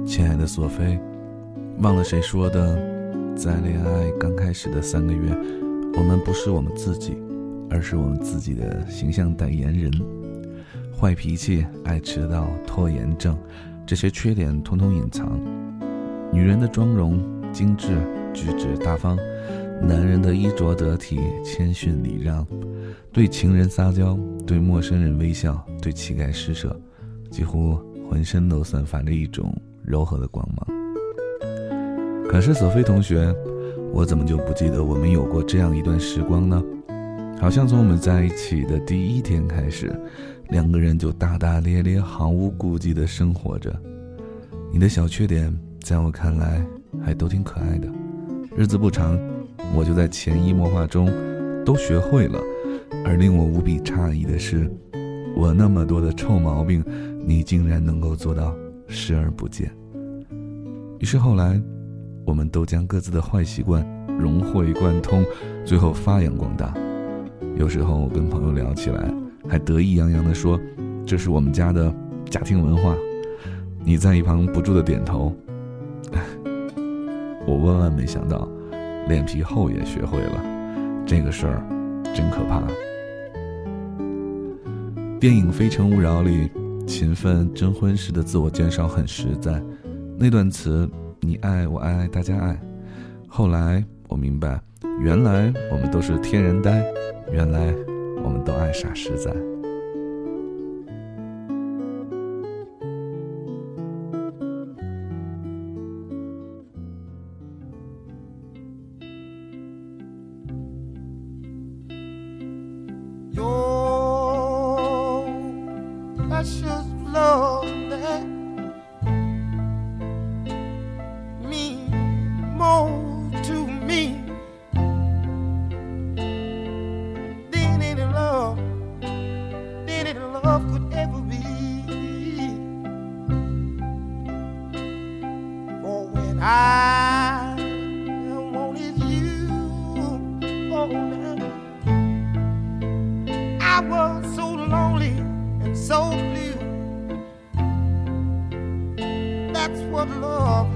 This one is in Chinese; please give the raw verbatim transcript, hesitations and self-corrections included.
亲爱的索菲，忘了谁说的，在恋爱刚开始的三个月，我们不是我们自己，而是我们自己的形象代言人。坏脾气、爱迟到、拖延症，这些缺点统统隐藏。女人的妆容精致，举止大方；男人的衣着得体，谦逊礼让。对情人撒娇，对陌生人微笑，对乞丐施舍，几乎浑身都散发着一种柔和的光芒。可是索菲同学，我怎么就不记得我们有过这样一段时光呢？好像从我们在一起的第一天开始，两个人就大大咧咧毫无顾忌地生活着。你的小缺点在我看来还都挺可爱的，日子不长，我就在潜移默化中都学会了。而令我无比诧异的是，我那么多的臭毛病，你竟然能够做到视而不见。于是后来我们都将各自的坏习惯融会贯通，最后发扬光大。有时候我跟朋友聊起来，还得意洋洋地说，这是我们家的家庭文化。你在一旁不住地点头。我万万没想到，脸皮厚也学会了，这个事儿真可怕。电影《非诚勿扰》里，勤奋征婚时的自我介绍很实在，那段词你爱我爱大家爱。后来我明白，原来我们都是天然呆，原来我们都爱傻实在。 Precious love that mean more to me than any love, than any love could ever be. For when I wanted you, oh now, I was so lonely and so blue. That's what love